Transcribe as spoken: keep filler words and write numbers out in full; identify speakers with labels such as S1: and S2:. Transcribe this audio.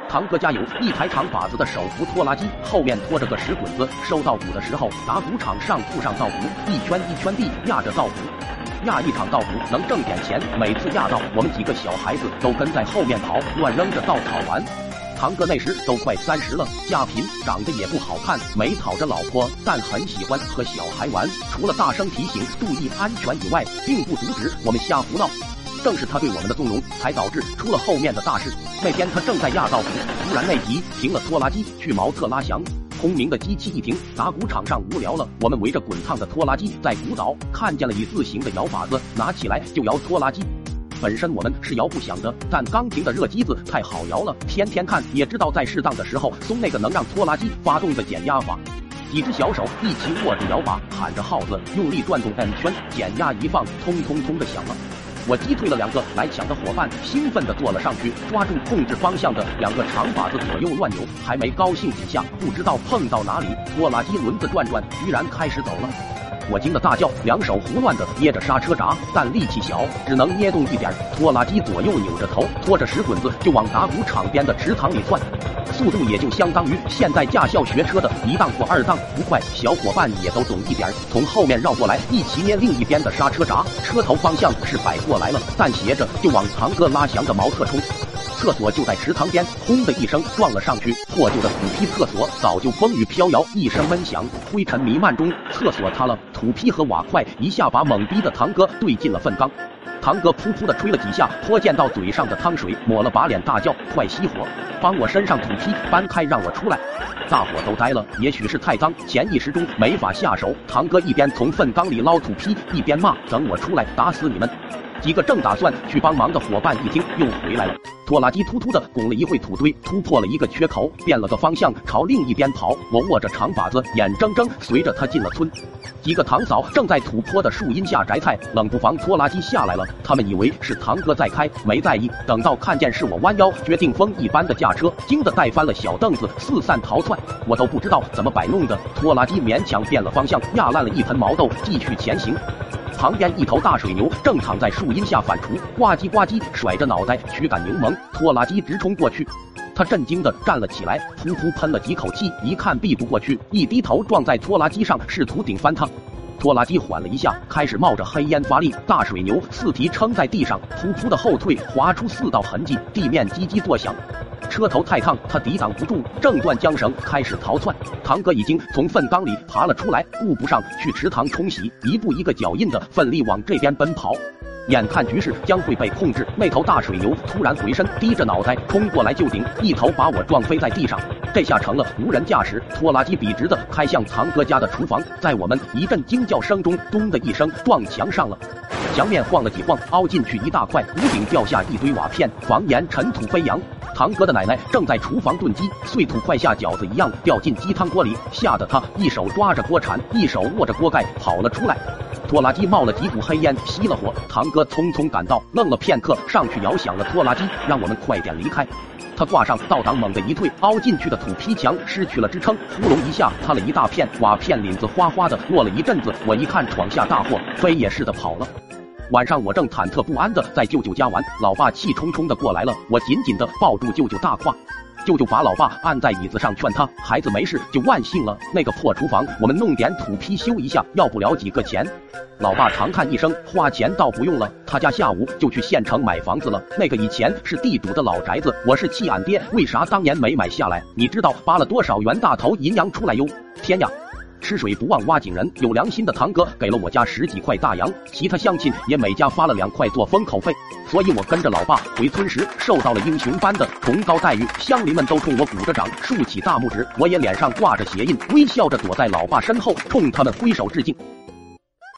S1: 堂哥家有一台长把子的手扶拖拉机，后面拖着个石滚子，收稻谷的时候，打谷场上铺上稻谷，一圈一圈地压着稻谷。压一场稻谷能挣点钱，每次压到我们几个小孩子都跟在后面跑，乱扔着稻草玩。堂哥那时都快三十了，家贫，长得也不好看，没讨着老婆，但很喜欢和小孩玩。除了大声提醒注意安全以外，并不阻止我们瞎胡闹。正是他对我们的纵容，才导致出了后面的大事。那天他正在压稻谷，突然内急，停了拖拉机去茅厕拉翔。轰鸣的机器一停，打谷场上无聊了，我们围着滚烫的拖拉机在鼓捣，看见了一字形的摇把子，拿起来就摇拖拉机。本身我们是摇不响的，但钢停的热机子太好摇了，天天看也知道在适当的时候松那个能让拖拉机发动的减压阀。几只小手一起握住摇把，喊着号子，用力转动 M 圈，减压一放，通通通的响了。我击退了两个来抢的伙伴，兴奋地坐了上去，抓住控制方向的两个长把子左右乱扭，还没高兴几下，不知道碰到哪里，拖拉机轮子转转，居然开始走了。我惊得大叫，两手胡乱地捏着刹车闸，但力气小，只能捏动一点。拖拉机左右扭着头，拖着石滚子就往打谷场边的池塘里窜，速度也就相当于现在驾校学车的一档或二档，不快。小伙伴也都懂一点，从后面绕过来，一起捏另一边的刹车闸，车头方向是摆过来了，但斜着就往堂哥拉翔的茅厕冲。厕所就在池塘边，轰的一声撞了上去。破旧的土坯厕所早就风雨飘摇，一声闷响，灰尘弥漫中，厕所塌了，土坯和瓦块一下把懵逼的堂哥兑进了粪缸。堂哥噗噗的吹了几下泼溅到嘴上的汤水，抹了把脸，大叫：“快熄火，帮我身上土坯搬开，让我出来！”大伙都呆了，也许是太脏，潜意识中没法下手。堂哥一边从粪缸里捞土坯，一边骂：“等我出来，打死你们！”几个正打算去帮忙的伙伴一听又回来了，拖拉机突突的拱了一会土堆，突破了一个缺口，变了个方向朝另一边跑。我握着长把子，眼睁睁随着他进了村。几个堂嫂正在土坡的树荫下摘菜，冷不防拖拉机下来了，他们以为是堂哥在开，没在意。等到看见是我弯腰决定风一般的驾车，惊得带翻了小凳子，四散逃窜。我都不知道怎么摆弄的，拖拉机勉强变了方向，压烂了一盆毛豆，继续前行。旁边一头大水牛正躺在树荫下反刍，呱唧呱唧甩着脑袋驱赶牛虻，拖拉机直冲过去。他震惊地站了起来，噗噗喷了几口气，一看避不过去，一低头撞在拖拉机上，试图顶翻它。拖拉机缓了一下，开始冒着黑烟发力，大水牛四蹄撑在地上，噗噗的后退，划出四道痕迹，地面叽叽作响。车头太烫，他抵挡不住，挣断缰绳，开始逃窜。堂哥已经从粪缸里爬了出来，顾不上去池塘冲洗，一步一个脚印的奋力往这边奔跑。眼看局势将会被控制，那头大水牛突然回身，低着脑袋冲过来就顶，一头把我撞飞在地上。这下成了无人驾驶，拖拉机笔直的开向堂哥家的厨房，在我们一阵惊叫声中，咚的一声撞墙上了。墙面晃了几晃，凹进去一大块，屋顶掉下一堆瓦片，房檐尘土飞扬。堂哥的奶奶正在厨房炖鸡，碎土快下饺子一样掉进鸡汤锅里，吓得他一手抓着锅铲，一手握着锅盖跑了出来。拖拉机冒了几股黑烟，熄了火。堂哥匆匆赶到，愣了片刻，上去摇响了拖拉机，让我们快点离开。他挂上倒档，猛地一退，凹进去的土坯墙失去了支撑，呼隆一下塌了一大片，瓦片凛子哗哗的落了一阵子。我一看闯下大祸，飞也似的跑了。晚上我正忐忑不安的在舅舅家玩，老爸气冲冲的过来了，我紧紧的抱住舅舅大胯。舅舅把老爸按在椅子上劝他，孩子没事就万幸了，那个破厨房我们弄点土坯修一下，要不了几个钱。老爸长叹一声，花钱倒不用了，他家下午就去县城买房子了，那个以前是地主的老宅子，我是气俺爹为啥当年没买下来，你知道扒了多少元大头银洋出来哟，天呀！吃水不忘挖井人，有良心的堂哥给了我家十几块大洋，其他乡亲也每家发了两块做封口费，所以我跟着老爸回村时受到了英雄般的崇高待遇，乡邻们都冲我鼓着掌，竖起大拇指，我也脸上挂着鞋印，微笑着躲在老爸身后，冲他们挥手致敬。